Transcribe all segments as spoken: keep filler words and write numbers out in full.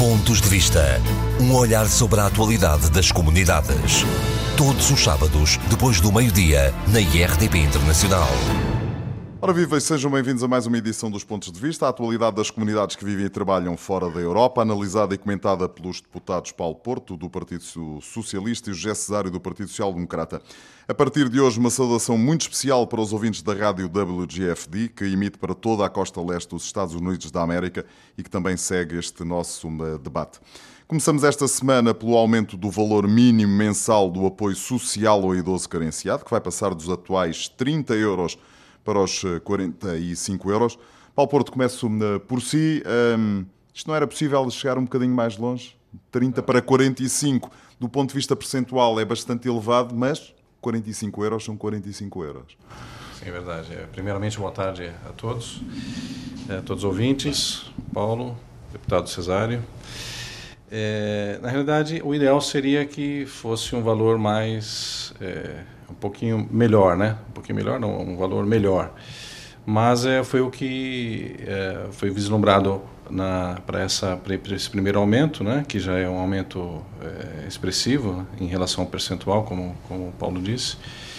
Pontos de Vista. Um olhar sobre a atualidade das comunidades. Todos os sábados, depois do meio-dia, na I R T P Internacional. Ora viva e sejam bem-vindos a mais uma edição dos Pontos de Vista, a atualidade das comunidades que vivem e trabalham fora da Europa, analisada e comentada pelos deputados Paulo Porto, do Partido Socialista, e José Cesário, do Partido Social Democrata. A partir de hoje, uma saudação muito especial para os ouvintes da rádio W G F D, que emite para toda a costa leste dos Estados Unidos da América e que também segue este nosso debate. Começamos esta semana pelo aumento do valor mínimo mensal do apoio social ao idoso carenciado, que vai passar dos atuais trinta euros para os quarenta e cinco euros. Paulo Porto, começo por si. Um, isto não era possível chegar um bocadinho mais longe? trinta para quarenta e cinco, do ponto de vista percentual, é bastante elevado, mas quarenta e cinco euros são quarenta e cinco euros. Sim, é verdade. Primeiramente, boa tarde a todos, a todos os ouvintes, Paulo, deputado Cesário. É, na realidade, o ideal seria que fosse um valor mais... É, um pouquinho melhor, né? Um pouquinho melhor, não, um valor melhor. Mas é, foi o que é, foi vislumbrado para esse primeiro aumento, né? Que já é um aumento é, expressivo, né? Em relação ao percentual, como, como o Paulo disse.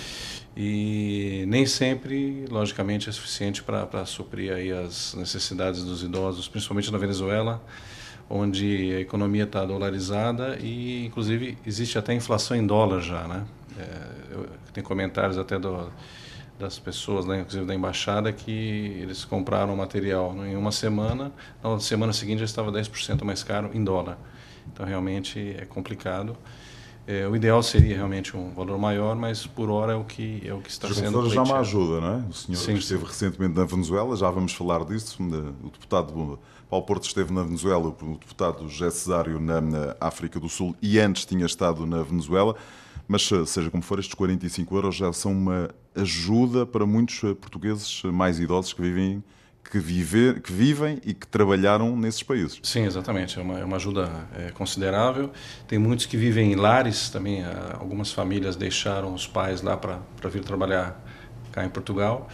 E nem sempre, logicamente, é suficiente para suprir aí as necessidades dos idosos, principalmente na Venezuela, onde a economia está dolarizada e, inclusive, existe até inflação em dólar já, né? É, eu, tem comentários até do, das pessoas, né, inclusive da embaixada, que eles compraram material em uma semana, na semana seguinte já estava dez por cento mais caro em dólar. Então, realmente, é complicado. É, o ideal seria realmente um valor maior, mas por hora é o que, é o que está Os sendo pleiteado. Já uma ajuda, não é? O senhor sim, esteve sim. recentemente na Venezuela, já vamos falar disso. O deputado Paulo Porto esteve na Venezuela, o deputado José Cesário na, na África do Sul e antes tinha estado na Venezuela. Mas, seja como for, estes quarenta e cinco euros já são uma ajuda para muitos portugueses mais idosos que vivem, que vive, que vivem e que trabalharam nesses países. Sim, exatamente. É uma, é uma ajuda é, considerável. Tem muitos que vivem em lares também. Algumas famílias deixaram os pais lá para vir trabalhar cá em Portugal.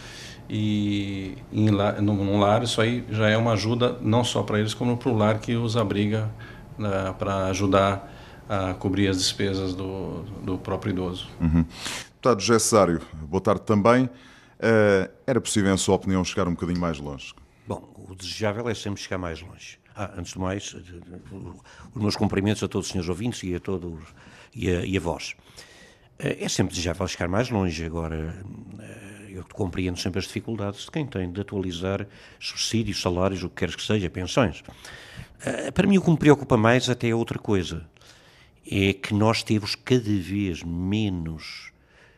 E em lar, num lar, isso aí já é uma ajuda não só para eles, como para o lar que os abriga, né, para ajudar a cobrir as despesas do, do próprio idoso. Uhum. Deputado José Cesário, boa tarde também. Uh, era possível, em sua opinião, chegar um bocadinho mais longe? Bom, o desejável é sempre chegar mais longe. Ah, antes de mais, os meus cumprimentos a todos os senhores ouvintes e a todos e a, e a vós. Uh, é sempre desejável chegar mais longe. Agora, uh, eu compreendo sempre as dificuldades de quem tem de atualizar subsídios, salários, o que quer que seja, pensões. Uh, para mim, o que me preocupa mais até é outra coisa. É que nós temos cada vez menos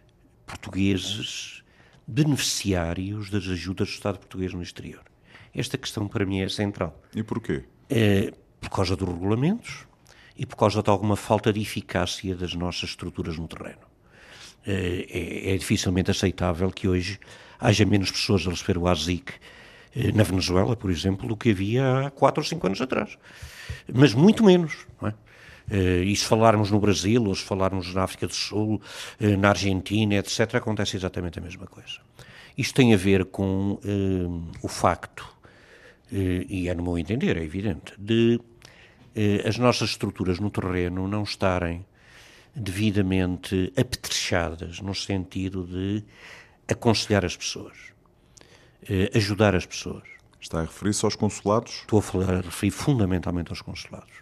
portugueses beneficiários das ajudas do Estado português no exterior. Esta questão para mim é central. E porquê? É por causa dos regulamentos e por causa de alguma falta de eficácia das nossas estruturas no terreno. É, é dificilmente aceitável que hoje haja menos pessoas a receber o A S I C na Venezuela, por exemplo, do que havia há quatro ou cinco anos atrás. Mas muito menos, não é? Uh, e se falarmos no Brasil, ou se falarmos na África do Sul, uh, na Argentina, etcétera, acontece exatamente a mesma coisa. Isto tem a ver com uh, o facto, uh, e é no meu entender, é evidente, de uh, as nossas estruturas no terreno não estarem devidamente apetrechadas no sentido de aconselhar as pessoas, uh, ajudar as pessoas. Está a referir-se aos consulados? Estou a, falar, a referir fundamentalmente aos consulados.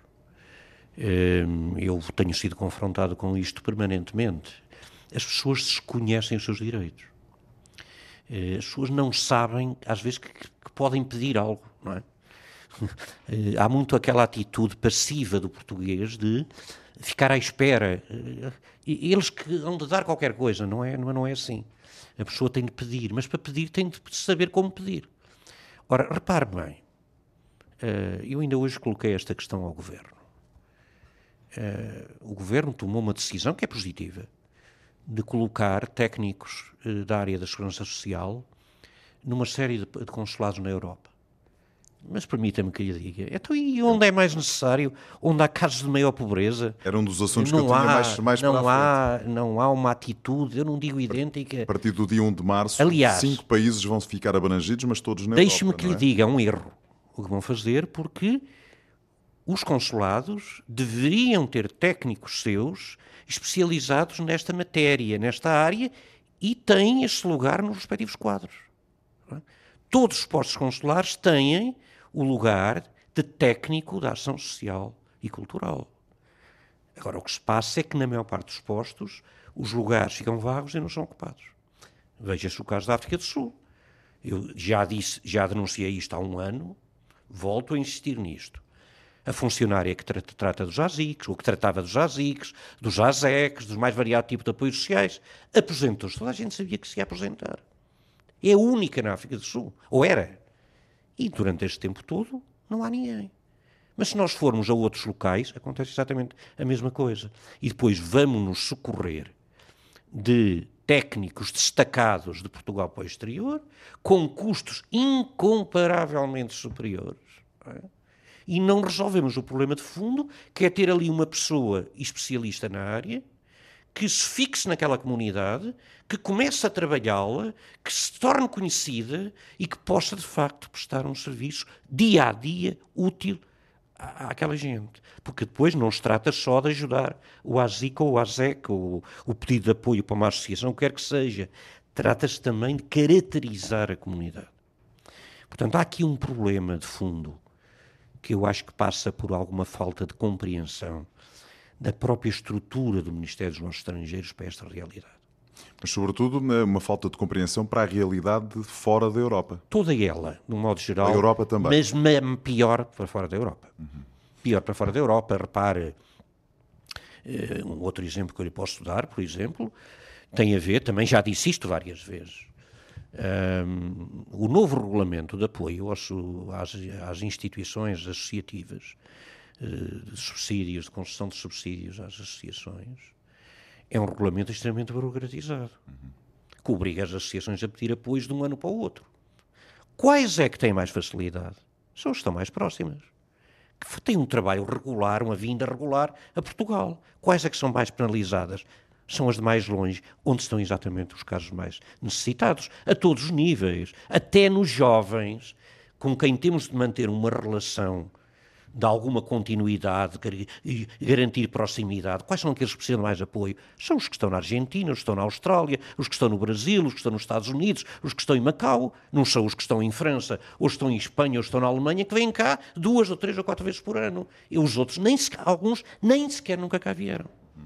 Eu tenho sido confrontado com isto permanentemente. As pessoas desconhecem os seus direitos. As pessoas não sabem, às vezes, que, que podem pedir algo, não é? Há muito aquela atitude passiva do português de ficar à espera. Eles que hão de dar qualquer coisa, não é, não é assim. A pessoa tem de pedir, mas para pedir tem de saber como pedir. Ora, repare bem, eu ainda hoje coloquei esta questão ao Governo. Uh, o Governo tomou uma decisão que é positiva, de colocar técnicos uh, da área da segurança social numa série de, de consulados na Europa. Mas permita-me que lhe diga, então e onde é mais necessário? Onde há casos de maior pobreza? Era um dos assuntos não que eu tinha há, mais, mais não para a há, frente. Não há uma atitude, eu não digo idêntica. A partir do dia um de março, Aliás, cinco países vão ficar abrangidos, mas todos na Deixe-me Europa. que lhe é? diga, é um erro o que vão fazer, porque os consulados deveriam ter técnicos seus especializados nesta matéria, nesta área, e têm esse lugar nos respectivos quadros. Todos os postos consulares têm o lugar de técnico da ação social e cultural. Agora, o que se passa é que, na maior parte dos postos, os lugares ficam vagos e não são ocupados. Veja-se o caso da África do Sul. Eu já disse, já denunciei isto há um ano, volto a insistir nisto. A funcionária que tra trata dos A S I Cs, ou que tratava dos A S I Cs, dos A S E Cs, dos mais variados tipos de apoios sociais, aposentou-se. Toda a gente sabia que se ia aposentar. É a única na África do Sul, ou era. E durante este tempo todo não há ninguém. Mas se nós formos a outros locais, acontece exatamente a mesma coisa. E depois vamos-nos socorrer de técnicos destacados de Portugal para o exterior, com custos incomparavelmente superiores, não é? E não resolvemos o problema de fundo, que é ter ali uma pessoa especialista na área, que se fixe naquela comunidade, que comece a trabalhá-la, que se torne conhecida e que possa, de facto, prestar um serviço dia a dia útil à, àquela gente. Porque depois não se trata só de ajudar o A S I C ou o A S E C, ou o pedido de apoio para uma associação, quer que seja. Trata-se também de caracterizar a comunidade. Portanto, há aqui um problema de fundo, que eu acho que passa por alguma falta de compreensão da própria estrutura do Ministério dos Negócios Estrangeiros para esta realidade. Mas, sobretudo, uma falta de compreensão para a realidade fora da Europa. Toda ela, de um modo geral. A Europa também. Mas pior para fora da Europa. Uhum. Pior para fora da Europa. Repare, um outro exemplo que eu lhe posso dar, por exemplo, tem a ver, também já disse isto várias vezes, Um, o novo regulamento de apoio aos, às, às instituições associativas, uh, de subsídios, de concessão de subsídios às associações, é um regulamento extremamente burocratizado, uhum. que obriga as associações a pedir apoios de um ano para o outro. Quais é que têm mais facilidade? São as que estão mais próximas, que têm um trabalho regular, uma vinda regular a Portugal. Quais é que são mais penalizadas? São as de mais longe, onde estão exatamente os casos mais necessitados, a todos os níveis, até nos jovens, com quem temos de manter uma relação de alguma continuidade e garantir proximidade. Quais são aqueles que precisam de mais apoio? São os que estão na Argentina, os que estão na Austrália, os que estão no Brasil, os que estão nos Estados Unidos, os que estão em Macau, não são os que estão em França, ou estão em Espanha, ou estão na Alemanha, que vêm cá duas ou três ou quatro vezes por ano. E os outros, nem sequer, alguns, nem sequer nunca cá vieram.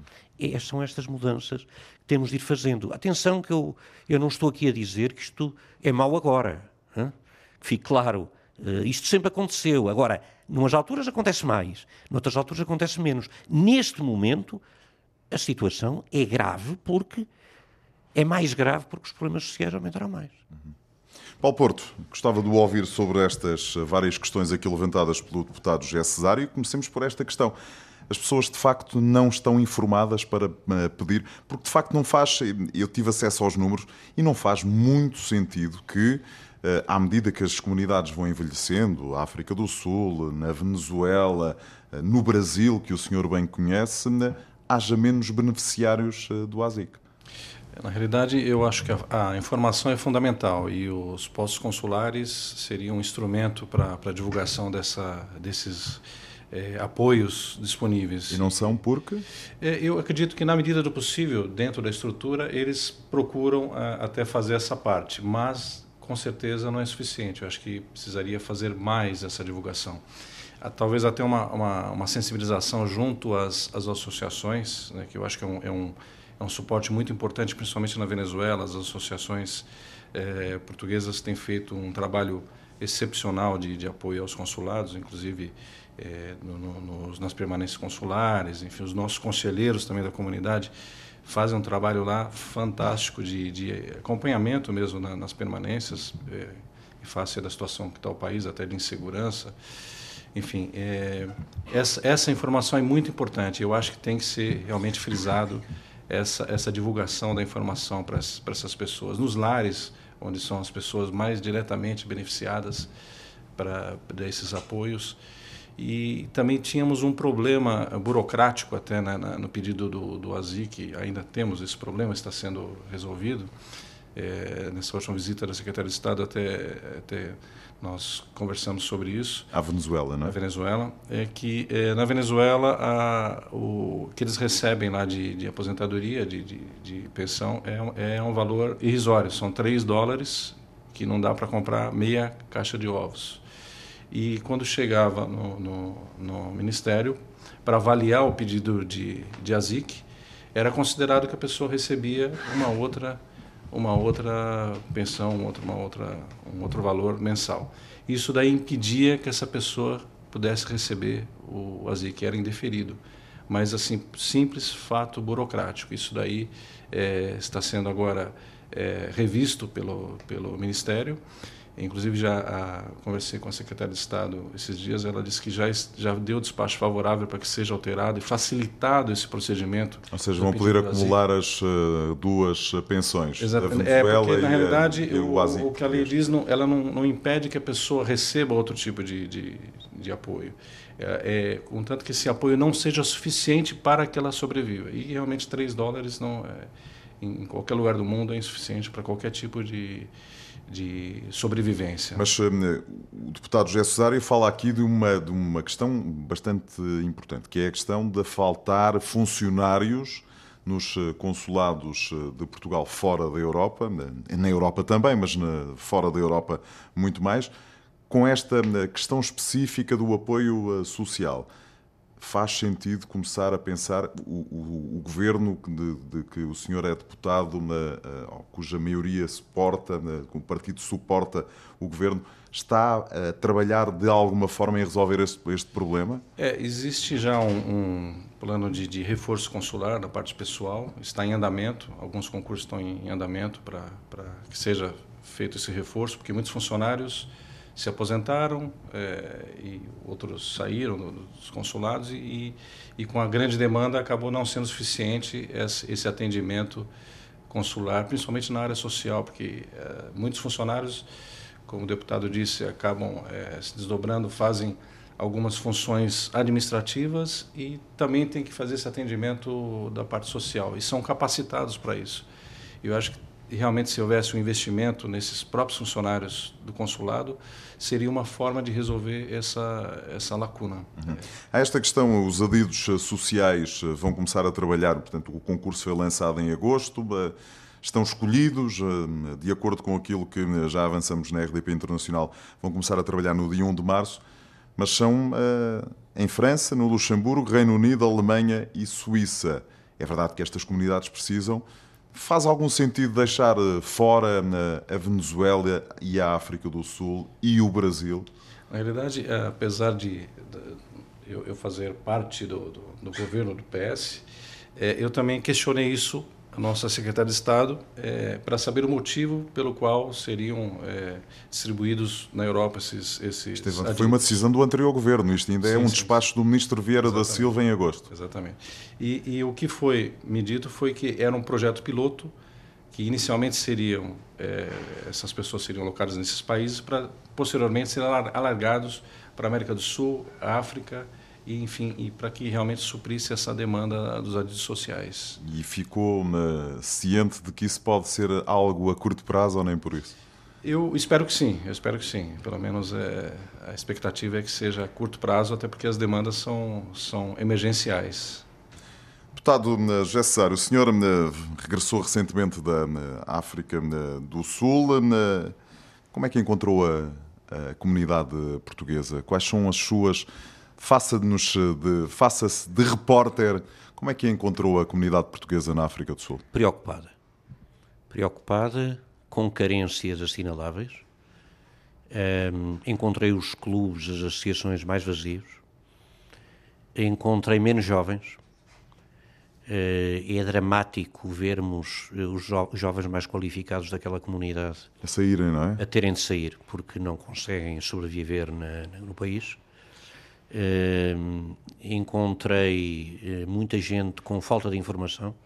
E são estas mudanças que temos de ir fazendo. Atenção que eu, eu não estou aqui a dizer que isto é mau agora. Hein? Que fique claro, uh, isto sempre aconteceu. Agora, numas alturas acontece mais, noutras alturas acontece menos. Neste momento, a situação é grave porque é mais grave porque os problemas sociais aumentaram mais. Uhum. Paulo Porto, gostava de ouvir sobre estas várias questões aqui levantadas pelo deputado José Cesário. Comecemos por esta questão. As pessoas, de facto, não estão informadas para pedir, porque, de facto, não faz... Eu tive acesso aos números e não faz muito sentido que, à medida que as comunidades vão envelhecendo, a África do Sul, na Venezuela, no Brasil, que o senhor bem conhece, haja menos beneficiários do A S I C. Na realidade, eu acho que a, a informação é fundamental e os postos consulares seriam um instrumento para a divulgação dessa, desses... É, apoios disponíveis. E não são porque? É, eu acredito que, na medida do possível, dentro da estrutura, eles procuram a, até fazer essa parte, mas, com certeza, não é suficiente. Eu acho que precisaria fazer mais essa divulgação. Ah, talvez até uma, uma, uma sensibilização junto às, às associações, né, que eu acho que é um, é, um, é um suporte muito importante, principalmente na Venezuela. As associações é, portuguesas têm feito um trabalho excepcional de, de apoio aos consulados, inclusive... É, no, no, nas permanências consulares, enfim, os nossos conselheiros também da comunidade fazem um trabalho lá fantástico de, de acompanhamento mesmo na, nas permanências, é, em face da situação que está o país, até de insegurança. Enfim, é, essa, essa informação é muito importante. Eu acho que tem que ser realmente frisado essa, essa divulgação da informação para essas pessoas, nos lares, onde são as pessoas mais diretamente beneficiadas para esses apoios. E também tínhamos um problema burocrático até na, na, no pedido do, do A S I C, ainda temos esse problema, está sendo resolvido, É, nessa última visita da Secretaria de Estado, até, até nós conversamos sobre isso. A Venezuela, não é? A Venezuela. É que é, na Venezuela, a, o que eles recebem lá de, de aposentadoria, de, de, de pensão, é, é um valor irrisório. São três dólares, que não dá para comprar meia caixa de ovos. E quando chegava no, no, no Ministério, para avaliar o pedido de, de A S I C, era considerado que a pessoa recebia uma outra uma outra pensão, uma outra, uma outra, um outro valor mensal. Isso daí impedia que essa pessoa pudesse receber o A S I C, que era indeferido. Mas, assim, simples fato burocrático. Isso daí é, está sendo agora é, revisto pelo, pelo Ministério. Inclusive, já a, conversei com a secretária de Estado esses dias, ela disse que já, já deu despacho favorável para que seja alterado e facilitado esse procedimento. Ou seja, vão poder acumular as uh, duas pensões, Exatamente. a Venezuela é porque, na e, realidade, a, e o A S I C. O, o que a lei diz, não, ela não, não impede que a pessoa receba outro tipo de, de, de apoio. É, é, contanto que esse apoio não seja suficiente para que ela sobreviva. E, realmente, três dólares não é, em qualquer lugar do mundo é insuficiente para qualquer tipo de... de sobrevivência. Mas uh, o deputado José Cesário fala aqui de uma, de uma questão bastante importante, que é a questão de faltar funcionários nos consulados de Portugal fora da Europa, na Europa também, mas na, fora da Europa muito mais, com esta questão específica do apoio uh, social. Faz sentido começar a pensar o, o, o governo de, de que o senhor é deputado, na, cuja maioria suporta, na, o partido suporta o governo, está a trabalhar de alguma forma em resolver este, este problema? É, existe já um, um plano de, de reforço consular da parte pessoal, está em andamento, alguns concursos estão em andamento para que seja feito esse reforço, porque muitos funcionários se aposentaram é, e outros saíram dos consulados e, e, e com a grande demanda acabou não sendo suficiente esse, esse atendimento consular, principalmente na área social, porque é, muitos funcionários, como o deputado disse, acabam é, se desdobrando, fazem algumas funções administrativas e também tem que fazer esse atendimento da parte social e são capacitados para isso. Eu acho que realmente, se houvesse um investimento nesses próprios funcionários do consulado, seria uma forma de resolver essa, essa lacuna. Uhum. A esta questão, os adidos sociais vão começar a trabalhar, portanto, o concurso foi lançado em agosto, estão escolhidos, de acordo com aquilo que já avançamos na R D P Internacional, vão começar a trabalhar no dia um de março, mas são em França, no Luxemburgo, Reino Unido, Alemanha e Suíça. É verdade que estas comunidades precisam. Faz algum sentido deixar fora a Venezuela e a África do Sul e o Brasil? Na realidade, apesar de, de eu fazer parte do, do, do governo do P S, é, eu também questionei isso, a nossa secretária de Estado, é, para saber o motivo pelo qual seriam é, distribuídos na Europa esses... esses Estevam, foi uma decisão do anterior governo, isto ainda sim, é um sim, despacho sim. do ministro Vieira Exatamente. da Silva em agosto. Exatamente. E, e o que foi me dito foi que era um projeto piloto, que inicialmente seriam, é, essas pessoas seriam alocadas nesses países, para posteriormente serem alargados para a América do Sul, África, e, enfim, e para que realmente suprisse essa demanda dos adidos sociais. E ficou uh, ciente de que isso pode ser algo a curto prazo ou nem por isso? Eu espero que sim, eu espero que sim. Pelo menos é, a expectativa é que seja a curto prazo, até porque as demandas são, são emergenciais. Deputado José Cesário, o senhor regressou recentemente da África do Sul. Como é que encontrou a, a comunidade portuguesa? Quais são as suas... Faça-nos de, faça-se de repórter, como é que encontrou a comunidade portuguesa na África do Sul? Preocupada. Preocupada, com carências assinaláveis. Um, encontrei os clubes, as associações mais vazios. Encontrei menos jovens. Uh, é dramático vermos os jo- jovens mais qualificados daquela comunidade a saírem, não é? A terem de sair, porque não conseguem sobreviver na, na, no país. Uh, encontrei uh, muita gente com falta de informação.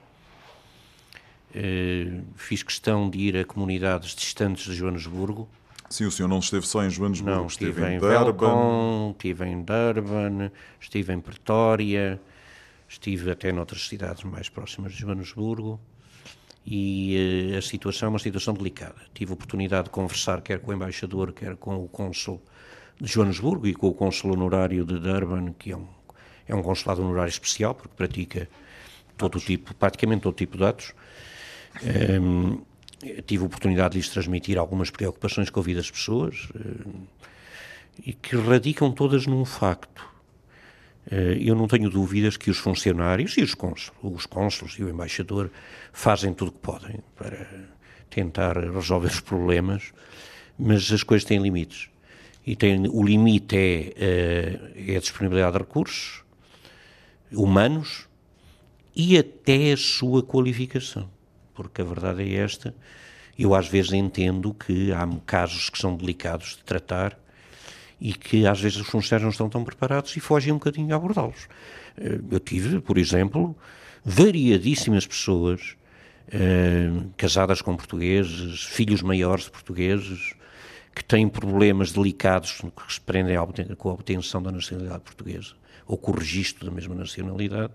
Uh, fiz questão de ir a comunidades distantes de Joanesburgo. Sim, o senhor não esteve só em Joanesburgo, não, esteve estive em, em Durban. Velcom, estive em Durban, estive em Pretória, estive até noutras cidades mais próximas de Joanesburgo e uh, a situação é uma situação delicada. Tive a oportunidade de conversar quer com o embaixador, quer com o cônsul de Joanesburgo e com o cônsul honorário de Durban, que é um, é um consulado honorário especial, porque pratica todo o tipo, praticamente todo tipo de atos. Um, tive a oportunidade de lhes transmitir algumas preocupações com a vida das pessoas uh, e que radicam todas num facto. Uh, eu não tenho dúvidas que os funcionários e os cônsulos, os cônsulos e o embaixador fazem tudo o que podem para tentar resolver os problemas, mas as coisas têm limites. E tem, o limite é, uh, é a disponibilidade de recursos humanos e até a sua qualificação. Porque a verdade é esta, eu às vezes entendo que há casos que são delicados de tratar e que às vezes os funcionários não estão tão preparados e fogem um bocadinho a abordá-los. Eu tive, por exemplo, variadíssimas pessoas eh, casadas com portugueses, filhos maiores de portugueses, que têm problemas delicados que se prendem com a obtenção da nacionalidade portuguesa ou com o registro da mesma nacionalidade.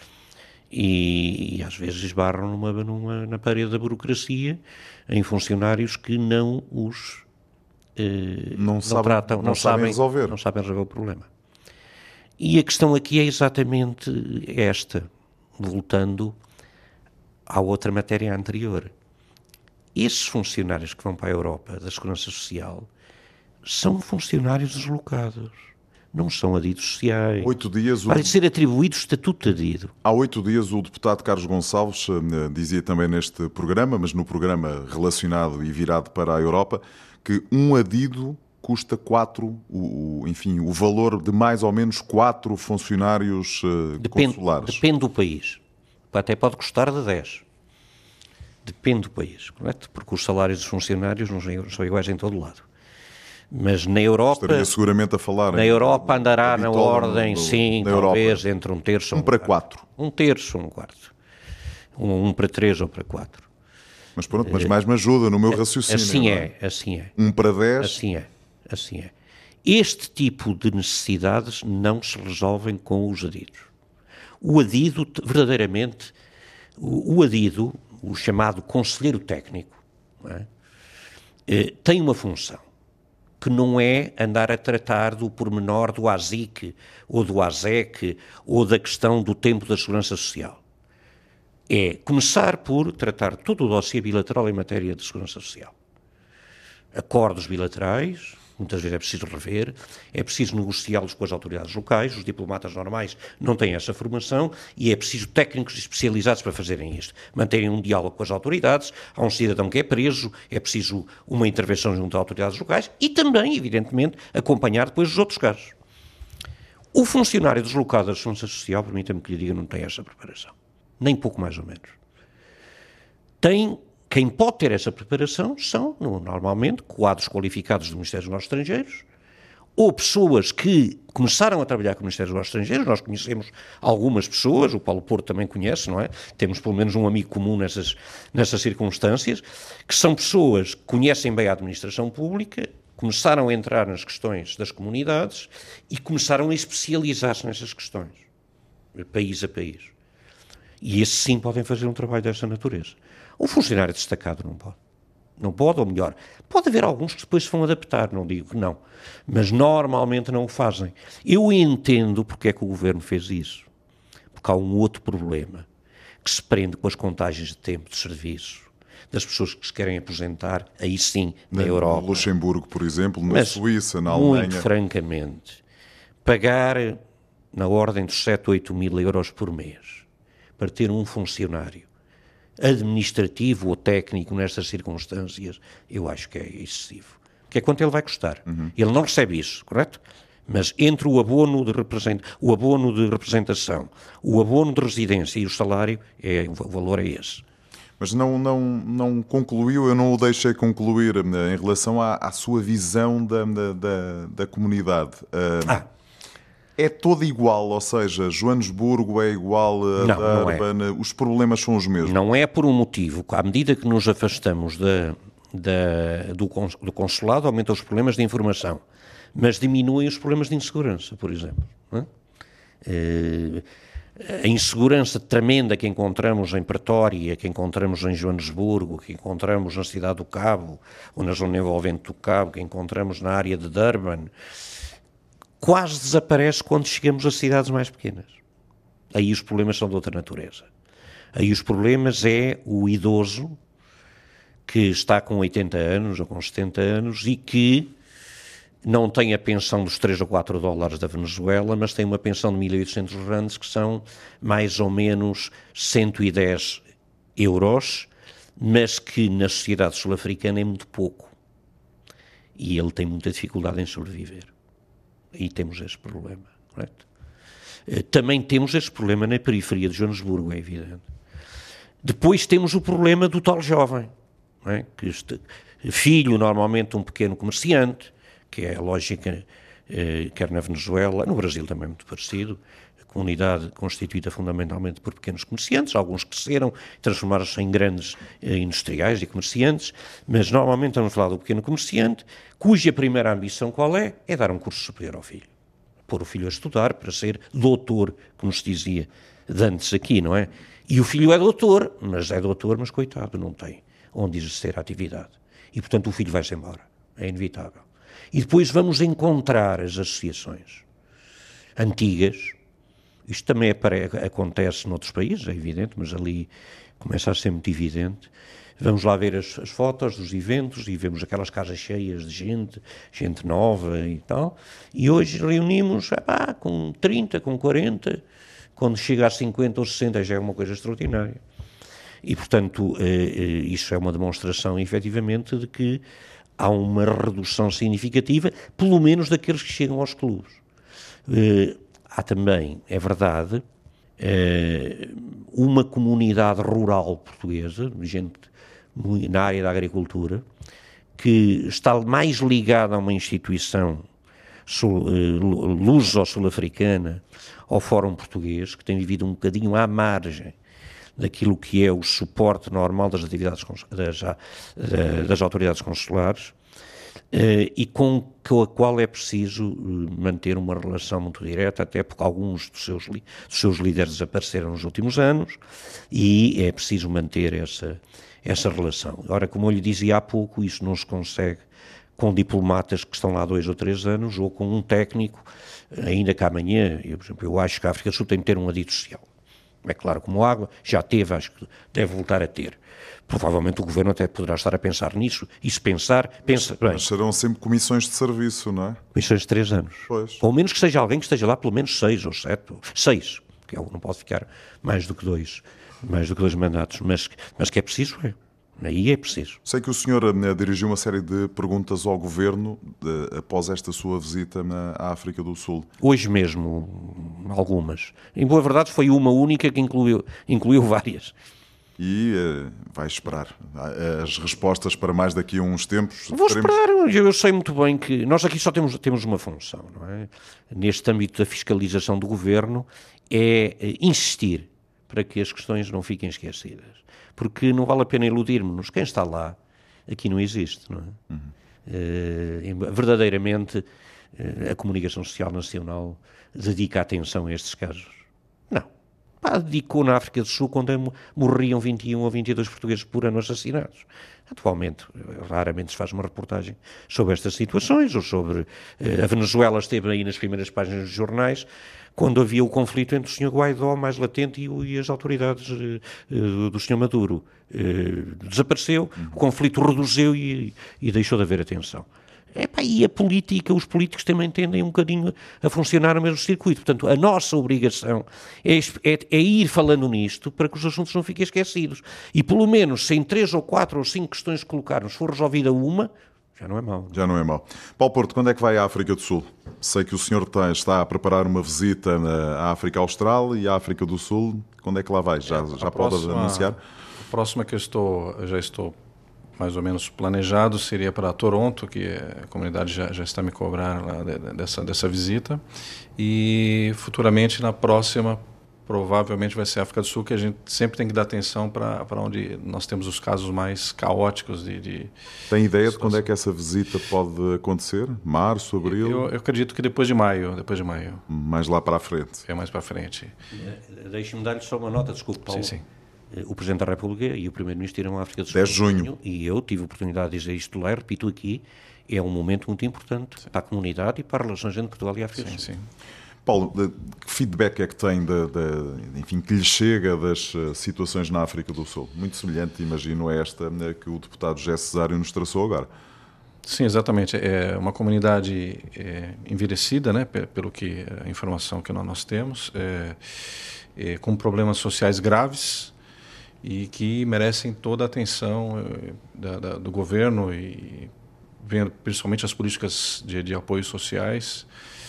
E, e às vezes esbarram numa, numa, na parede da burocracia em funcionários que não os eh, não, não sabem, tratam, não, não sabem sabem resolver. não sabem resolver o problema. E a questão aqui é exatamente esta, voltando à outra matéria anterior. Esses funcionários que vão para a Europa da Segurança Social são funcionários deslocados. Não são adidos sociais. Oito dias o... Vai ser atribuído o estatuto de adido. Há oito dias o deputado Carlos Gonçalves uh, dizia também neste programa, mas no programa relacionado e virado para a Europa, que um adido custa quatro, o, o, enfim, o valor de mais ou menos quatro funcionários uh, depende, consulares. Depende do país. Até pode custar de dez. Depende do país, correto? Porque os salários dos funcionários não são iguais em todo lado. Mas na Europa... Estaria seguramente a falar... Na em, Europa andará na ordem, do, sim, na talvez Europa. entre um terço ou um, um para quatro. Um terço ou um quarto. Um, um para três ou para quatro. Mas pronto, mas mais me ajuda no meu raciocínio. Assim é, assim é. Um para dez. Assim é, assim é. Este tipo de necessidades não se resolvem com os adidos. O adido, verdadeiramente, o, o adido, o chamado conselheiro técnico, não é? eh, tem uma função que não é andar a tratar do pormenor do A S I C, ou do A S E C, ou da questão do tempo da segurança social. É começar por tratar todo o dossiê bilateral em matéria de segurança social. Acordos bilaterais, muitas vezes é preciso rever, é preciso negociá-los com as autoridades locais, os diplomatas normais não têm essa formação e é preciso técnicos especializados para fazerem isto. Manterem um diálogo com as autoridades, há um cidadão que é preso, é preciso uma intervenção junto às autoridades locais e também, evidentemente, acompanhar depois os outros casos. O funcionário deslocado da segurança social, permita-me que lhe diga, não tem essa preparação. Nem pouco mais ou menos. Tem... Quem pode ter essa preparação são, normalmente, quadros qualificados do Ministério dos Negócios Estrangeiros ou pessoas que começaram a trabalhar com o Ministério dos Negócios Estrangeiros. Nós conhecemos algumas pessoas, o Paulo Porto também conhece, não é? Temos pelo menos um amigo comum nessas, nessas circunstâncias, que são pessoas que conhecem bem a administração pública, começaram a entrar nas questões das comunidades e começaram a especializar-se nessas questões, país a país. E esses sim podem fazer um trabalho dessa natureza. O funcionário destacado não pode. Não pode, ou melhor, pode haver alguns que depois se vão adaptar, não digo que não, mas normalmente não o fazem. Eu entendo porque é que o Governo fez isso. Porque há um outro problema que se prende com as contagens de tempo de serviço das pessoas que se querem aposentar, aí sim, na, na Europa. No Luxemburgo, por exemplo, na mas, Suíça, na Alemanha. Muito francamente, pagar na ordem dos sete, oito mil euros por mês para ter um funcionário administrativo ou técnico nestas circunstâncias, eu acho que é excessivo. Que é quanto ele vai custar. Uhum. Ele não recebe isso, correto? Mas entre o abono de, represent... o abono de representação, o abono de residência e o salário, é... o valor é esse. Mas não, não, não concluiu, eu não o deixei concluir em relação à, à sua visão da, da, da, da comunidade. Uh, ah. É toda igual, ou seja, Joanesburgo é igual a não, Durban, não é. Os problemas são os mesmos. Não é por um motivo. À medida que nos afastamos da, da, do, do consulado, aumentam os problemas de informação, mas diminuem os problemas de insegurança, por exemplo. Não é? a insegurança tremenda que encontramos em Pretória, que encontramos em Joanesburgo, que encontramos na cidade do Cabo, ou na zona envolvente do Cabo, que encontramos na área de Durban, quase desaparece quando chegamos a cidades mais pequenas. Aí os problemas são de outra natureza. Aí os problemas é o idoso que está com oitenta anos ou com setenta anos e que não tem a pensão dos três ou quatro dólares da Venezuela, mas tem uma pensão de mil e oitocentos rands, que são mais ou menos cento e dez euros, mas que na sociedade sul-africana é muito pouco. E ele tem muita dificuldade em sobreviver. Aí temos esse problema, correto? Também temos esse problema na periferia de Joanesburgo, é evidente. Depois temos o problema do tal jovem, não é? Que este, filho, normalmente, de um pequeno comerciante, que é a lógica, eh, quer na Venezuela, no Brasil também é muito parecido, a comunidade constituída fundamentalmente por pequenos comerciantes, alguns cresceram, transformaram-se em grandes eh, industriais e comerciantes, mas normalmente estamos a falar do pequeno comerciante, cuja primeira ambição qual é? É dar um curso superior ao filho. Pôr o filho a estudar para ser doutor, como se dizia de antes aqui, não é? E o filho é doutor, mas é doutor, mas coitado, não tem onde exercer a atividade. E, portanto, o filho vai-se embora. É inevitável. E depois vamos encontrar as associações antigas. Isto também acontece noutros países, é evidente, mas ali começa a ser muito evidente. Vamos lá ver as, as fotos dos eventos e vemos aquelas casas cheias de gente, gente nova e tal. E hoje reunimos epá, com trinta, com quarenta, quando chega a cinquenta ou sessenta já é uma coisa extraordinária. E, portanto, eh, eh, isso é uma demonstração, efetivamente, de que há uma redução significativa, pelo menos daqueles que chegam aos clubes. Eh, há também, é verdade, eh, uma comunidade rural portuguesa, gente na área da agricultura, que está mais ligada a uma instituição sul, eh, luso-sul-africana, ao Fórum Português, que tem vivido um bocadinho à margem daquilo que é o suporte normal das atividades das, das autoridades consulares, e com a qual é preciso manter uma relação muito direta, até porque alguns dos seus, dos seus líderes desapareceram nos últimos anos, e é preciso manter essa, essa relação. Ora, como eu lhe dizia há pouco, isso não se consegue com diplomatas que estão lá há dois ou três anos, ou com um técnico, ainda que amanhã, eu, por exemplo, eu acho que a África do Sul tem que ter um adito social. É claro, como água, já teve, acho que deve voltar a ter. Provavelmente o Governo até poderá estar a pensar nisso, e se pensar, pensa bem. Mas serão sempre comissões de serviço, não é? Comissões de três anos. Pois. Ou menos que seja alguém que esteja lá pelo menos seis ou sete, ou seis, que não pode ficar mais do que dois, mais do que dois mandatos, mas, mas que é preciso, é. Aí é preciso. Sei que o senhor né, dirigiu uma série de perguntas ao Governo de, após esta sua visita na África do Sul. Hoje mesmo, algumas. Em boa verdade foi uma única que incluiu, incluiu várias. E uh, vai esperar as respostas para mais daqui a uns tempos? Vou teremos... esperar, eu sei muito bem que nós aqui só temos, temos uma função, não é? Neste âmbito da fiscalização do Governo, é insistir para que as questões não fiquem esquecidas. Porque não vale a pena iludirmos-nos. Quem está lá, aqui não existe, não é? Uhum. Uh, verdadeiramente, uh, a comunicação social nacional dedica atenção a estes casos. Não. Pá, dedicou na África do Sul quando morriam vinte e um ou vinte e dois portugueses por ano assassinados. Atualmente, raramente se faz uma reportagem sobre estas situações, ou sobre... Uh, a Venezuela esteve aí nas primeiras páginas dos jornais, quando havia o conflito entre o senhor Guaidó, mais latente, e, o, e as autoridades uh, do senhor Maduro. Uh, desapareceu, uhum. O conflito reduziu e, e deixou de haver atenção. Epá, e a política, os políticos também tendem um bocadinho a funcionar no mesmo circuito. Portanto, a nossa obrigação é, é, é ir falando nisto para que os assuntos não fiquem esquecidos. E pelo menos, se em três ou quatro ou cinco questões que colocarmos for resolvida uma, já não é mau. Já não é mau. Paulo Porto, quando é que vai à África do Sul? Sei que o senhor tem, está a preparar uma visita à África Austral e à África do Sul. Quando é que lá vai? Já, é, já próxima, pode anunciar? A próxima que eu estou, eu já estou mais ou menos planejado seria para Toronto, que a comunidade já, já está me cobrando lá de, de, dessa, dessa visita. E futuramente, na próxima, provavelmente vai ser a África do Sul, que a gente sempre tem que dar atenção para onde nós temos os casos mais caóticos de... de Tem ideia de quando é que essa visita pode acontecer? Março, abril? Eu, eu acredito que depois de maio. Depois de maio. Mais lá para a frente. É mais para a frente. Deixe-me dar-lhe só uma nota, desculpe, Paulo. Sim, sim. O Presidente da República e o Primeiro-Ministro irão à África do Sul. dez de junho. E eu tive a oportunidade de dizer isto lá, repito aqui, é um momento muito importante sim. para a comunidade e para as relações entre Portugal e a África do Sul. Sim. Paulo, que feedback é que tem, de, de, enfim, que lhe chega das situações na África do Sul? Muito semelhante, imagino, a esta que o deputado José Cesário nos traçou agora. Sim, exatamente. É uma comunidade é, envelhecida, né, pelo que a informação que nós temos, é, é, com problemas sociais graves e que merecem toda a atenção é, da, da, do governo e vendo principalmente as políticas de, de apoio sociais.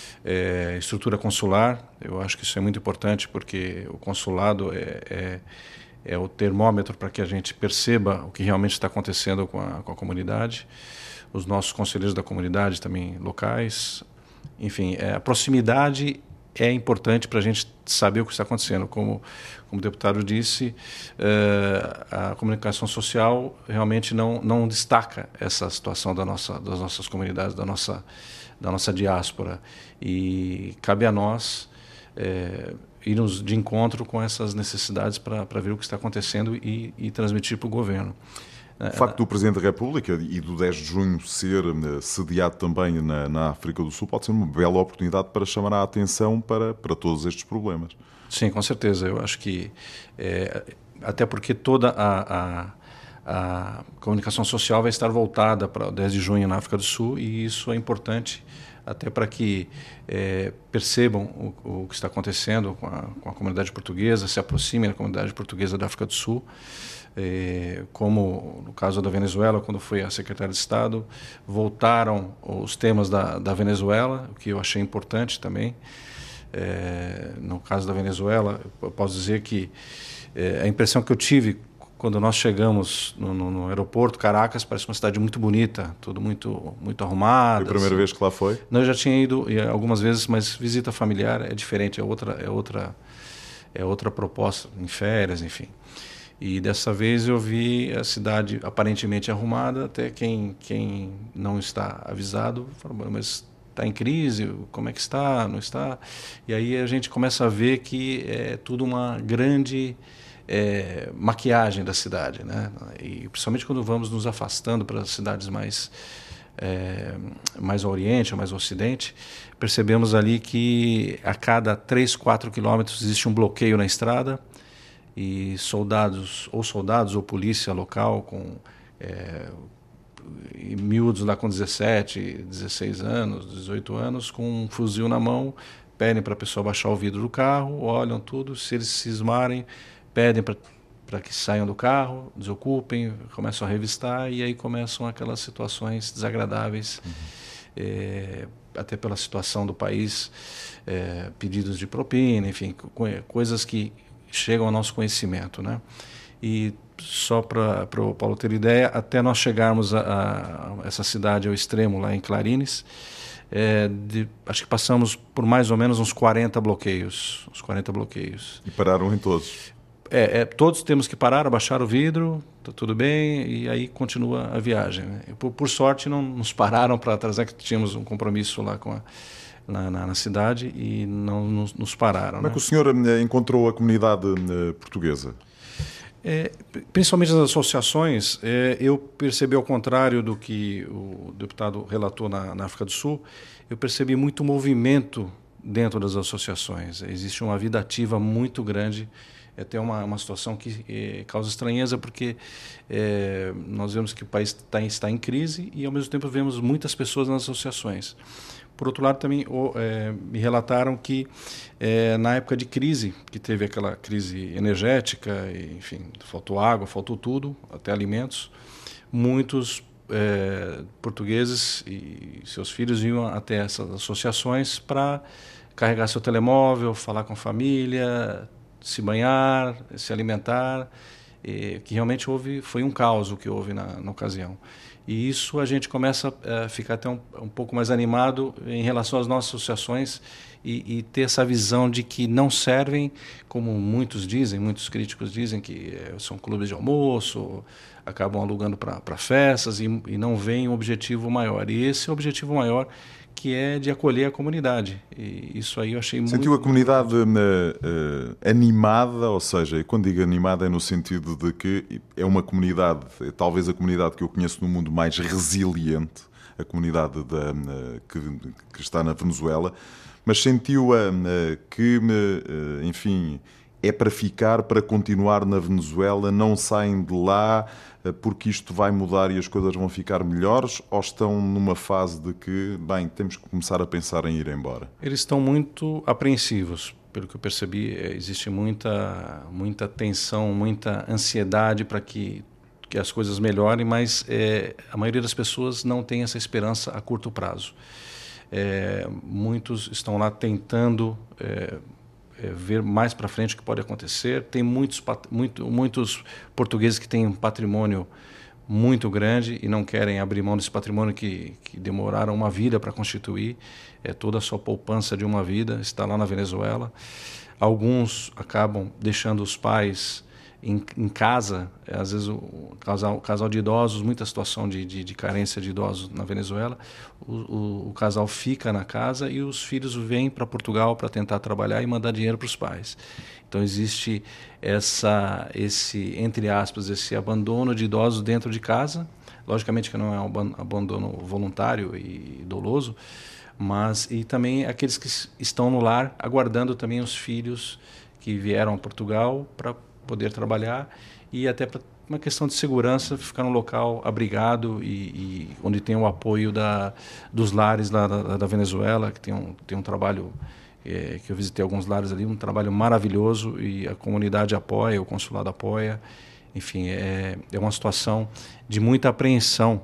É, estrutura consular, eu acho que isso é muito importante porque o consulado é, é, é o termômetro para que a gente perceba o que realmente está acontecendo com a, com a comunidade, os nossos conselheiros da comunidade também locais, enfim, é, a proximidade é importante para a gente saber o que está acontecendo. Como, como o deputado disse, é, a comunicação social realmente não, não destaca essa situação da nossa, das nossas comunidades, da nossa da nossa diáspora, e cabe a nós é, irmos de encontro com essas necessidades para ver o que está acontecendo e, e transmitir para o governo. O facto do Presidente da República e do dez de junho ser sediado também na, na África do Sul pode ser uma bela oportunidade para chamar a atenção para, para todos estes problemas. Sim, com certeza. Eu acho que, é, até porque toda a... a A comunicação social vai estar voltada para o dez de junho na África do Sul e isso é importante até para que é, percebam o, o que está acontecendo com a, com a comunidade portuguesa, se aproximem da comunidade portuguesa da África do Sul, é, como no caso da Venezuela, quando foi a secretária de Estado, voltaram os temas da, da Venezuela, o que eu achei importante também. É, no caso da Venezuela, eu posso dizer que é, a impressão que eu tive quando nós chegamos no, no, no aeroporto, Caracas, parece uma cidade muito bonita, tudo muito, muito arrumado. Foi a primeira assim. vez que lá foi? Não, eu já tinha ido algumas vezes, mas visita familiar é diferente, é outra, é outra, é outra proposta, em férias, enfim. E dessa vez eu vi a cidade aparentemente arrumada, até quem, quem não está avisado falou, mas está em crise, como é que está, não está? E aí a gente começa a ver que é tudo uma grande... É, maquiagem da cidade, né? E principalmente quando vamos nos afastando para as cidades mais é, mais ao oriente, mais ao ocidente, percebemos ali que a cada três, quatro quilômetros existe um bloqueio na estrada e soldados ou soldados ou polícia local com é, miúdos lá com dezessete, dezesseis anos, dezoito anos, com um fuzil na mão, pedem para a pessoa baixar o vidro do carro, olham tudo, se eles cismarem pedem para que saiam do carro, desocupem, começam a revistar e aí começam aquelas situações desagradáveis, uhum. é, até pela situação do país, é, pedidos de propina, enfim, co coisas que chegam ao nosso conhecimento, né? E só para o Paulo ter ideia, até nós chegarmos a, a essa cidade ao extremo, lá em Clarines, É, de, acho que passamos por mais ou menos uns quarenta bloqueios, uns quarenta bloqueios. E pararam em todos? É, é, todos temos que parar, abaixar o vidro, tá tudo bem, e aí continua a viagem. Né? Por, por sorte não nos pararam para atrasar, que tínhamos um compromisso lá com a, na, na, na cidade e não nos, nos pararam. Como né? é que o senhor encontrou a comunidade portuguesa? É, principalmente as associações, é, eu percebi ao contrário do que o deputado relatou na, na África do Sul, eu percebi muito movimento dentro das associações. Existe uma vida ativa muito grande. É até uma, uma situação que é, causa estranheza, porque é, nós vemos que o país tá, está em crise e, ao mesmo tempo, vemos muitas pessoas nas associações. Por outro lado, também oh, é, me relataram que, é, na época de crise, que teve aquela crise energética, e, enfim, faltou água, faltou tudo, até alimentos, muitos é, portugueses e seus filhos iam até essas associações para carregar seu telemóvel, falar com a família, se banhar, se alimentar, e, que realmente houve, foi um caos o que houve na, na ocasião. E isso a gente começa a ficar até um, um pouco mais animado em relação às nossas associações e, e ter essa visão de que não servem, como muitos dizem, muitos críticos dizem, que são clubes de almoço, acabam alugando para festas e, e não veem um objetivo maior. E esse é o objetivo maior, que é de acolher a comunidade. E isso aí eu achei muito... Sentiu a comunidade uh, uh, animada, ou seja, quando digo animada é no sentido de que é uma comunidade, é talvez a comunidade que eu conheço no mundo mais resiliente, a comunidade da, uh, que, que está na Venezuela, mas sentiu uh, que, uh, enfim, é para ficar, para continuar na Venezuela, não saem de lá porque isto vai mudar e as coisas vão ficar melhores, ou estão numa fase de que, bem, temos que começar a pensar em ir embora? Eles estão muito apreensivos. Pelo que eu percebi, existe muita, muita tensão, muita ansiedade para que, que as coisas melhorem, mas é, a maioria das pessoas não tem essa esperança a curto prazo. É, muitos estão lá tentando... É, É, ver mais para frente o que pode acontecer. Tem muitos, muito, muitos portugueses que têm um patrimônio muito grande e não querem abrir mão desse patrimônio que, que demoraram uma vida para constituir. É toda a sua poupança de uma vida está lá na Venezuela. Alguns acabam deixando os pais em, em casa, às vezes o casal, o casal de idosos, muita situação de, de, de carência de idosos na Venezuela, o, o, o casal fica na casa e os filhos vêm para Portugal para tentar trabalhar e mandar dinheiro para os pais. Então existe essa, esse, entre aspas, esse abandono de idosos dentro de casa, logicamente que não é um abandono voluntário e doloso, mas e também aqueles que estão no lar aguardando também os filhos que vieram a Portugal para poder trabalhar e até para uma questão de segurança, ficar num local abrigado e, e onde tem o apoio da, dos lares lá da, da Venezuela, que tem um, tem um trabalho, é, que eu visitei alguns lares ali, um trabalho maravilhoso e a comunidade apoia, o consulado apoia. Enfim, é, é uma situação de muita apreensão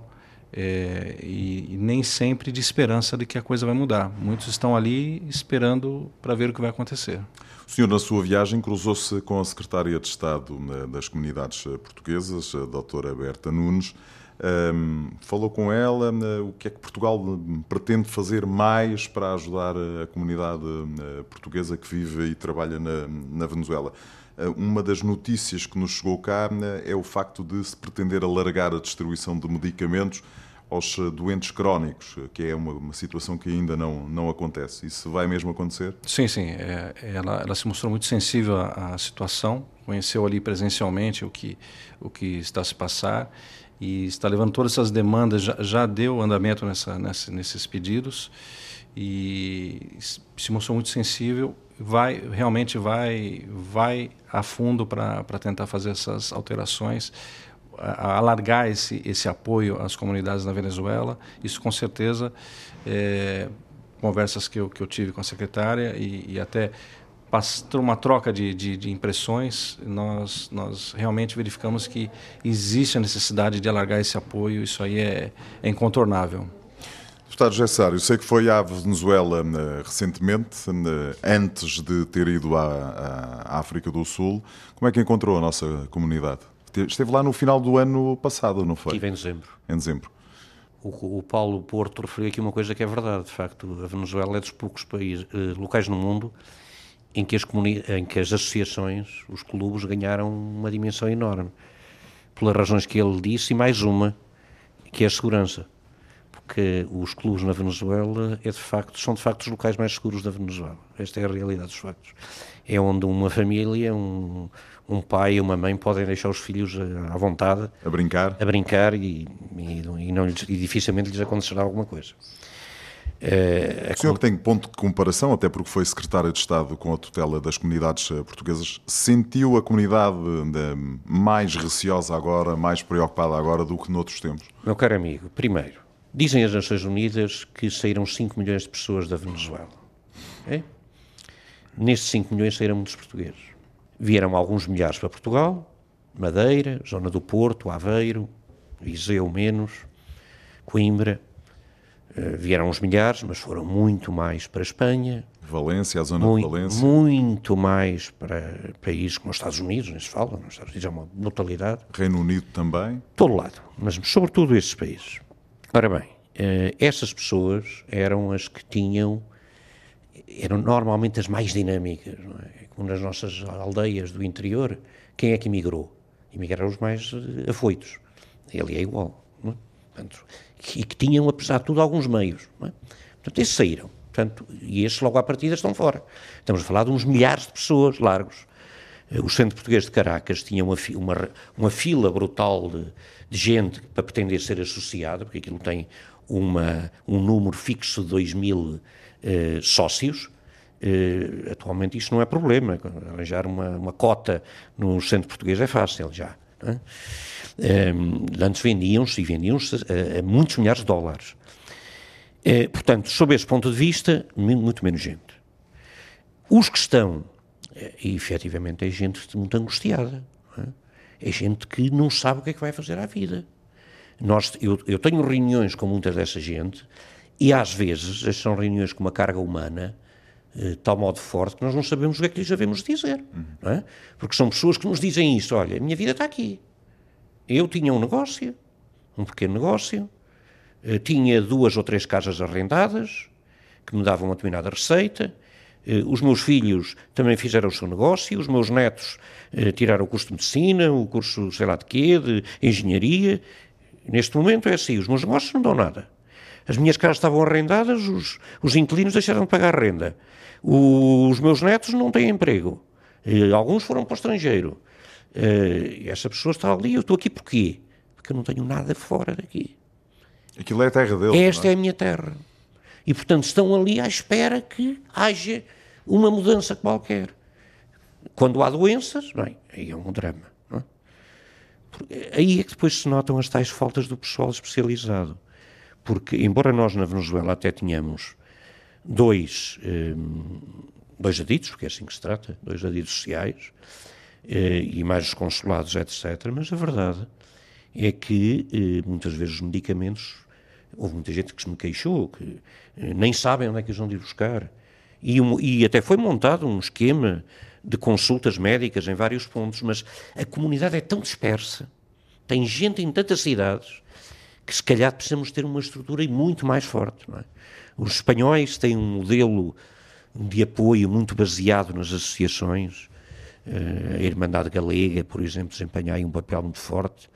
é, e, e nem sempre de esperança de que a coisa vai mudar. Muitos estão ali esperando para ver o que vai acontecer. O senhor, na sua viagem, cruzou-se com a Secretária de Estado das Comunidades Portuguesas, a doutora Berta Nunes. Um, falou com ela o que é que Portugal pretende fazer mais para ajudar a comunidade portuguesa que vive e trabalha na, na Venezuela. Uma das notícias que nos chegou cá é o facto de se pretender alargar a distribuição de medicamentos aos doentes crónicos, que é uma, uma situação que ainda não, não acontece. Isso vai mesmo acontecer? Sim, sim. É, ela, ela se mostrou muito sensível à, à situação, conheceu ali presencialmente o que, o que está a se passar e está levando todas essas demandas, já, já deu andamento nessa, nessa, nesses pedidos e se mostrou muito sensível, vai, realmente vai, vai a fundo para para tentar fazer essas alterações, a alargar esse, esse apoio às comunidades na Venezuela. Isso, com certeza, é, conversas que eu, que eu tive com a secretária e, e até por uma troca de, de, de impressões, nós, nós realmente verificamos que existe a necessidade de alargar esse apoio. Isso aí é, é incontornável. Deputado José Cesário, sei que foi à Venezuela recentemente, antes de ter ido à, à África do Sul. Como é que encontrou a nossa comunidade? Esteve lá no final do ano passado, não foi? Estive em dezembro. Em dezembro. O, o Paulo Porto referiu aqui uma coisa que é verdade. De facto, a Venezuela é dos poucos países, eh, locais no mundo em que, as comuni- em que as associações, os clubes, ganharam uma dimensão enorme. Pelas razões que ele disse, e mais uma, que é a segurança. Porque os clubes na Venezuela é de facto, são de facto os locais mais seguros da Venezuela. Esta é a realidade dos factos. É onde uma família, um, um pai e uma mãe podem deixar os filhos à vontade. A brincar. A brincar e, e, e, não lhes, e dificilmente lhes acontecerá alguma coisa. É, o senhor que tem ponto de comparação, até porque foi secretário de Estado com a tutela das comunidades portuguesas, sentiu a comunidade mais receosa agora, mais preocupada agora do que noutros tempos? Meu caro amigo, primeiro, dizem as Nações Unidas que saíram cinco milhões de pessoas da Venezuela. É? Nestes cinco milhões saíram muitos portugueses. Vieram alguns milhares para Portugal, Madeira, Zona do Porto, Aveiro, Viseu menos, Coimbra, Uh, vieram uns milhares, mas foram muito mais para a Espanha. Valência, a zona muito, de Valência. Muito mais para países como os Estados Unidos, nem se fala, nos Estados Unidos é uma brutalidade. Reino Unido também. Todo lado, mas sobretudo esses países. Ora bem, uh, essas pessoas eram as que tinham, eram normalmente as mais dinâmicas, não é? Como nas nossas aldeias do interior, quem é que emigrou? Emigraram os mais uh, afoitos. Ele é igual, não é? Portanto, e que tinham, apesar de tudo, alguns meios. Não é? Portanto, esses saíram. Portanto, e estes logo à partida estão fora. Estamos a falar de uns milhares de pessoas largos. O Centro Português de Caracas tinha uma, uma, uma fila brutal de, de gente para pretender ser associada, porque aquilo tem uma, um número fixo de dois mil eh, sócios. Eh, atualmente isto não é problema. Arranjar uma, uma cota no Centro Português é fácil já. Não é? Um, antes vendiam-se e vendiam-se a, a muitos milhares de dólares. Uh, portanto, sob esse ponto de vista, muito menos gente. Os que estão, e efetivamente é gente muito angustiada, não é? É gente que não sabe o que é que vai fazer à vida. Nós, eu, eu tenho reuniões com muita dessa gente e às vezes são reuniões com uma carga humana de tal modo forte que nós não sabemos o que é que lhes devemos dizer, uhum. Não é? Porque são pessoas que nos dizem isto: olha, a minha vida está aqui. Eu tinha um negócio, um pequeno negócio, eh, tinha duas ou três casas arrendadas, que me davam uma determinada receita, eh, os meus filhos também fizeram o seu negócio, os meus netos eh, tiraram o curso de medicina, o curso sei lá de quê, de engenharia. Neste momento é assim, os meus negócios não dão nada. As minhas casas estavam arrendadas, os, os inquilinos deixaram de pagar renda. O, os meus netos não têm emprego. Eh, alguns foram para o estrangeiro. Uh, essa pessoa está ali, eu estou aqui porquê? Porque eu não tenho nada fora daqui. Aquilo é a terra deles. Esta não é? é a minha terra. E, portanto, estão ali à espera que haja uma mudança qualquer. Quando há doenças, bem, aí é um drama. Não é? Porque aí é que depois se notam as tais faltas do pessoal especializado. Porque, embora nós na Venezuela até tenhamos dois, um, dois adidos, porque é assim que se trata, dois adidos sociais, e mais os consulados, etcétera, mas a verdade é que muitas vezes os medicamentos, houve muita gente que se me queixou, que nem sabem onde é que eles vão ir buscar, e, um, e até foi montado um esquema de consultas médicas em vários pontos, mas a comunidade é tão dispersa, tem gente em tantas cidades, que se calhar precisamos ter uma estrutura muito mais forte, não é? Os espanhóis têm um modelo de apoio muito baseado nas associações. Uh, a Irmandade Galega, por exemplo, desempenha aí um papel muito forte.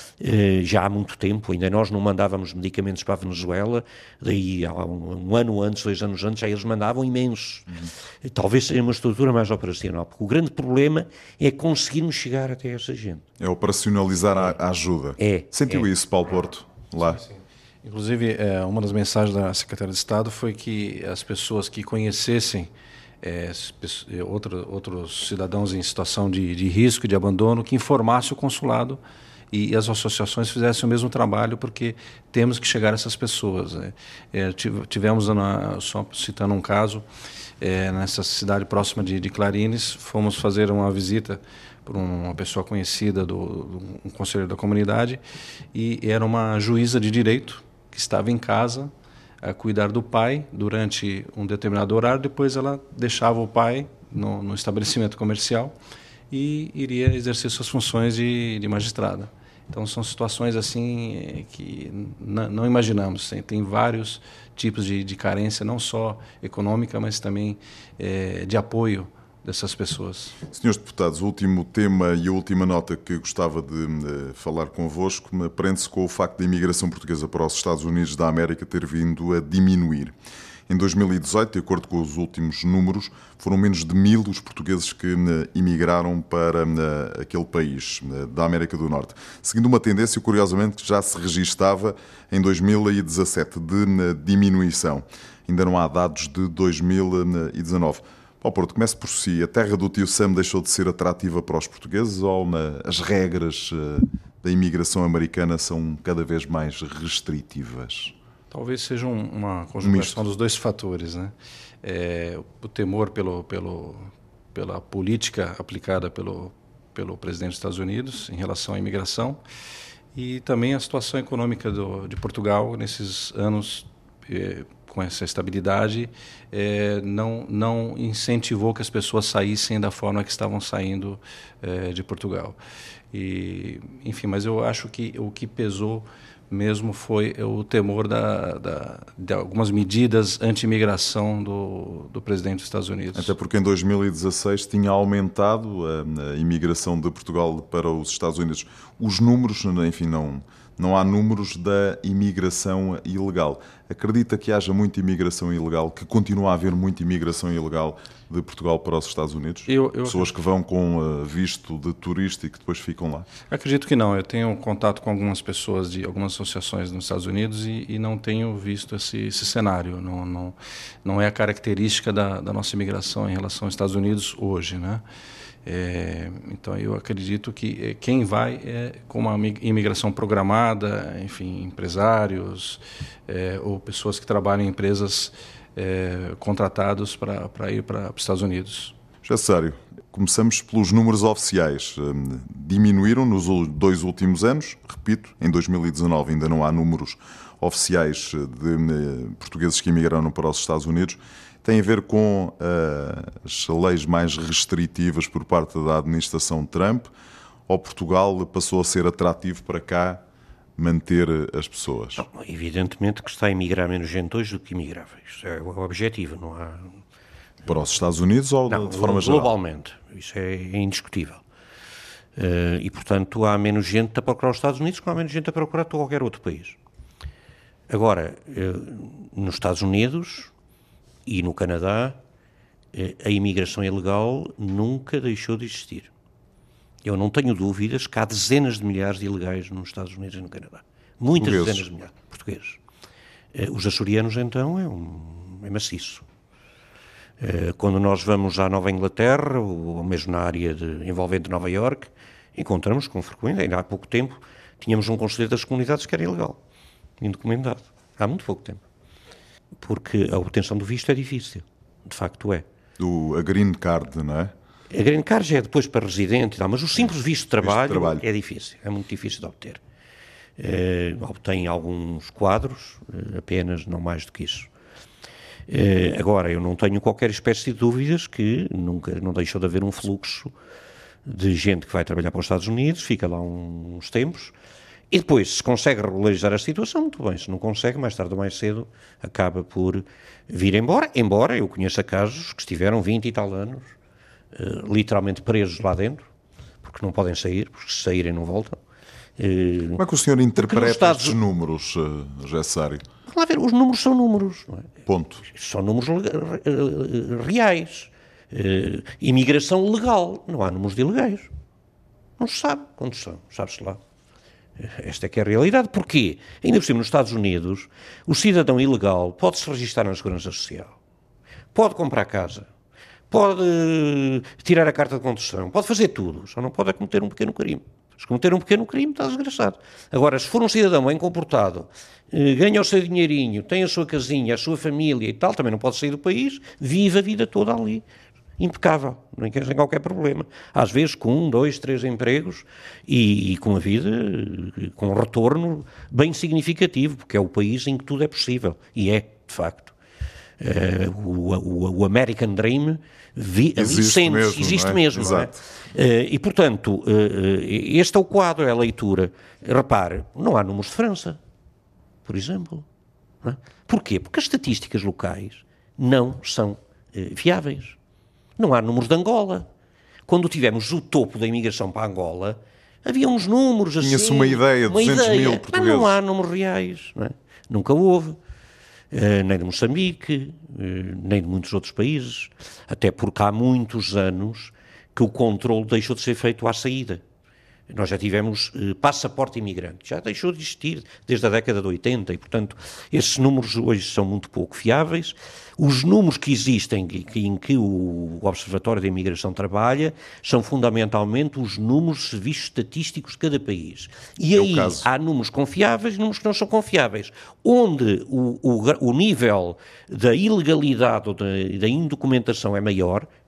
Uh, já há muito tempo, ainda nós não mandávamos medicamentos para a Venezuela, daí há um, um ano antes, dois anos antes, já eles mandavam imensos. Uhum. Talvez seja uma estrutura mais operacional, porque o grande problema é conseguirmos chegar até essa gente. É operacionalizar a, a ajuda. É. Sentiu é. isso, Paulo Porto, lá? Sim, sim. Inclusive, é, uma das mensagens da Secretaria de Estado foi que as pessoas que conhecessem É, outro, outros cidadãos em situação de, de risco, de abandono, que informasse o consulado e as associações fizessem o mesmo trabalho, porque temos que chegar a essas pessoas. Né? É, tivemos, na, só citando um caso, é, nessa cidade próxima de, de Clarines, fomos fazer uma visita por uma pessoa conhecida, do, do, um conselheiro da comunidade, e era uma juíza de direito que estava em casa a cuidar do pai durante um determinado horário, depois ela deixava o pai no, no estabelecimento comercial e iria exercer suas funções de, de magistrada. Então são situações assim que n- não imaginamos. Tem, tem vários tipos de, de carência, não só econômica, mas também é, de apoio dessas pessoas. Senhores deputados, o último tema e a última nota que gostava de uh, falar convosco prende-se com o facto da imigração portuguesa para os Estados Unidos da América ter vindo a diminuir. Em dois mil e dezoito, de acordo com os últimos números, foram menos de mil os portugueses que uh, imigraram para uh, aquele país uh, da América do Norte, seguindo uma tendência, curiosamente, que já se registava em dois mil e dezassete, de uh, diminuição. Ainda não há dados de dois mil e dezanove. Paulo Porto, comece por si. A terra do tio Sam deixou de ser atrativa para os portugueses ou na, as regras uh, da imigração americana são cada vez mais restritivas? Talvez seja um, uma conjugação um dos dois fatores, né? É, o temor pelo, pelo, pela política aplicada pelo, pelo presidente dos Estados Unidos em relação à imigração e também a situação econômica do, de Portugal nesses anos eh, com essa estabilidade, eh, não, não incentivou que as pessoas saíssem da forma que estavam saindo eh, de Portugal. E, enfim, mas eu acho que o que pesou mesmo foi o temor da, da, de algumas medidas anti-imigração do, do presidente dos Estados Unidos. Até porque em dois mil e dezasseis tinha aumentado a, a imigração de Portugal para os Estados Unidos. Os números, enfim, não, não há números da imigração ilegal. Acredita que haja muita imigração ilegal, que continua a haver muita imigração ilegal de Portugal para os Estados Unidos? Eu, eu Pessoas que vão com uh, visto de turista e que depois ficam lá? Acredito que não. Eu tenho contato com algumas pessoas de algumas associações nos Estados Unidos e, e não tenho visto esse, esse cenário. Não, não, não é a característica da, da nossa imigração em relação aos Estados Unidos hoje, né? É, então eu acredito que quem vai é com uma imigração programada, enfim, empresários é, ou pessoas que trabalham em empresas é, contratados para, para ir para, para os Estados Unidos. José Cesário, começamos pelos números oficiais. Diminuíram nos dois últimos anos, repito, em dois mil e dezanove ainda não há números oficiais de portugueses que emigraram para os Estados Unidos. Tem a ver com uh, as leis mais restritivas por parte da administração Trump, ou Portugal passou a ser atrativo para cá manter as pessoas? Não, evidentemente que está a emigrar menos gente hoje do que imigrava. Isso é o objetivo, não há... Para os Estados Unidos ou não, de forma geral? Globalmente, isso é indiscutível. Uh, e, portanto, há menos gente a procurar os Estados Unidos que há menos gente a procurar qualquer outro país. Agora, uh, nos Estados Unidos... e no Canadá, a imigração ilegal nunca deixou de existir. Eu não tenho dúvidas que há dezenas de milhares de ilegais nos Estados Unidos e no Canadá. Muitas dezenas de milhares de portugueses. Os açorianos, então, é, um, é maciço. Quando nós vamos à Nova Inglaterra, ou mesmo na área de, envolvente Nova Iorque, encontramos com frequência, ainda há pouco tempo, tínhamos um conselheiro das comunidades que era ilegal, indocumentado. Há muito pouco tempo. Porque a obtenção do visto é difícil, de facto é. Do, a green card, não é? A green card já é depois para residente e tal, mas o simples visto de trabalho, visto de trabalho é difícil, é muito difícil de obter. É, obtém alguns quadros, apenas, não mais do que isso. É, agora, eu não tenho qualquer espécie de dúvidas que nunca, não deixou de haver um fluxo de gente que vai trabalhar para os Estados Unidos, fica lá uns tempos. E depois, se consegue regularizar a situação, muito bem. Se não consegue, mais tarde ou mais cedo, acaba por vir embora. Embora eu conheça casos que estiveram vinte e tal anos, uh, literalmente presos lá dentro, porque não podem sair, porque se saírem não voltam. Uh, Como é que o senhor interpreta Estados... estes números, uh, José Cesário? Vamos lá ver, os números são números. Não é? Ponto. São números uh, reais. Uh, imigração legal. Não há números de ilegais. Não se sabe quantos são, sabe-se lá. Esta é que é a realidade. Porquê? Ainda por cima, nos Estados Unidos, o cidadão ilegal pode-se registrar na Segurança Social, pode comprar casa, pode tirar a carta de condução, pode fazer tudo, só não pode é cometer um pequeno crime. Se cometer um pequeno crime, está desgraçado. Agora, se for um cidadão bem comportado, ganha o seu dinheirinho, tem a sua casinha, a sua família e tal, também não pode sair do país, vive a vida toda ali. Impecável, nem sem qualquer problema. Às vezes com um, dois, três empregos e, e com a vida, com um retorno bem significativo, porque é o país em que tudo é possível. E é, de facto. Uh, o, o, o American Dream vi, existe sente, mesmo. Existe não é? mesmo não é? Uh, e, portanto, uh, este é o quadro, é a leitura. Repare, não há números de França, por exemplo. Não é? Porquê? Porque as estatísticas locais não são uh, fiáveis. Não há números de Angola. Quando tivemos o topo da imigração para Angola, havia uns números assim... Tinha-se uma ideia, uma duzentos ideia, mil portugueses. Mas não há números reais. Não é? Nunca houve. Uh, nem de Moçambique, uh, nem de muitos outros países. Até porque há muitos anos que o controle deixou de ser feito à saída. Nós já tivemos uh, passaporte imigrante, já deixou de existir desde a década de oitenta e, portanto, esses números hoje são muito pouco fiáveis. Os números que existem, que, em que o Observatório da Imigração trabalha, são fundamentalmente os números de serviços estatísticos de cada país. E é aí há números confiáveis e números que não são confiáveis. Onde o, o, o nível da ilegalidade ou da, da indocumentação é maior,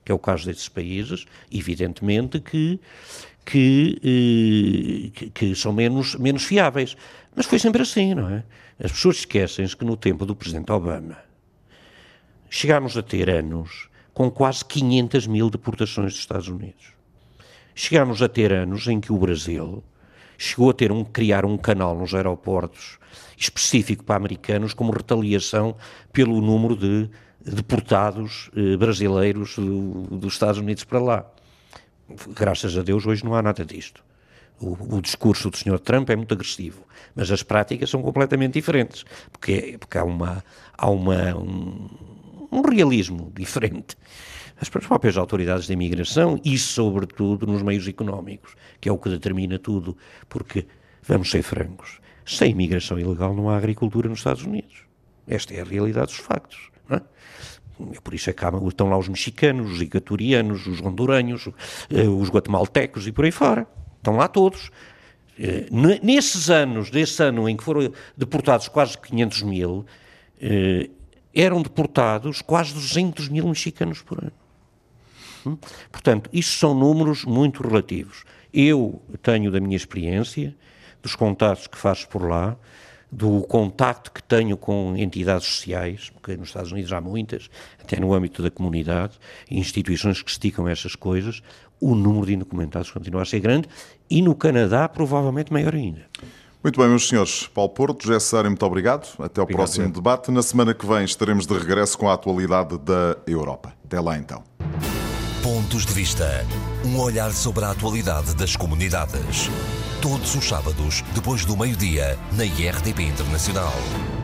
que é o caso desses países, evidentemente que, que, eh, que, que são menos, menos fiáveis. Mas foi sempre assim, não é? As pessoas esquecem-se que no tempo do Presidente Obama chegámos a ter anos com quase quinhentas mil deportações dos Estados Unidos. Chegámos a ter anos em que o Brasil chegou a ter um, criar um canal nos aeroportos específico para americanos como retaliação pelo número de deportados eh, brasileiros do, dos Estados Unidos para lá. Graças a Deus hoje não há nada disto. O, o discurso do senhor Trump é muito agressivo, mas as práticas são completamente diferentes, porque, porque há, uma, há uma, um, um realismo diferente. As próprias autoridades de imigração e, sobretudo, nos meios económicos, que é o que determina tudo, porque, vamos ser francos, sem imigração ilegal não há agricultura nos Estados Unidos. Esta é a realidade dos factos, não é? É por isso é que estão lá os mexicanos, os equatorianos, os honduranhos, os guatemaltecos e por aí fora. Estão lá todos. Nesses anos, desse ano em que foram deportados quase quinhentos mil, eram deportados quase duzentos mil mexicanos por ano. Hum? Portanto, isto são números muito relativos. Eu tenho da minha experiência, dos contatos que faço por lá, do contacto que tenho com entidades sociais, porque nos Estados Unidos há muitas, até no âmbito da comunidade, instituições que esticam essas coisas, o número de indocumentados continua a ser grande e no Canadá provavelmente maior ainda. Muito bem, meus senhores. Paulo Porto, José Cesário, muito obrigado. Até ao obrigado, próximo Pedro. Debate. Na semana que vem estaremos de regresso com a atualidade da Europa. Até lá então. Pontos de Vista. Um olhar sobre a atualidade das comunidades. Todos os sábados, depois do meio-dia, na I R T P Internacional.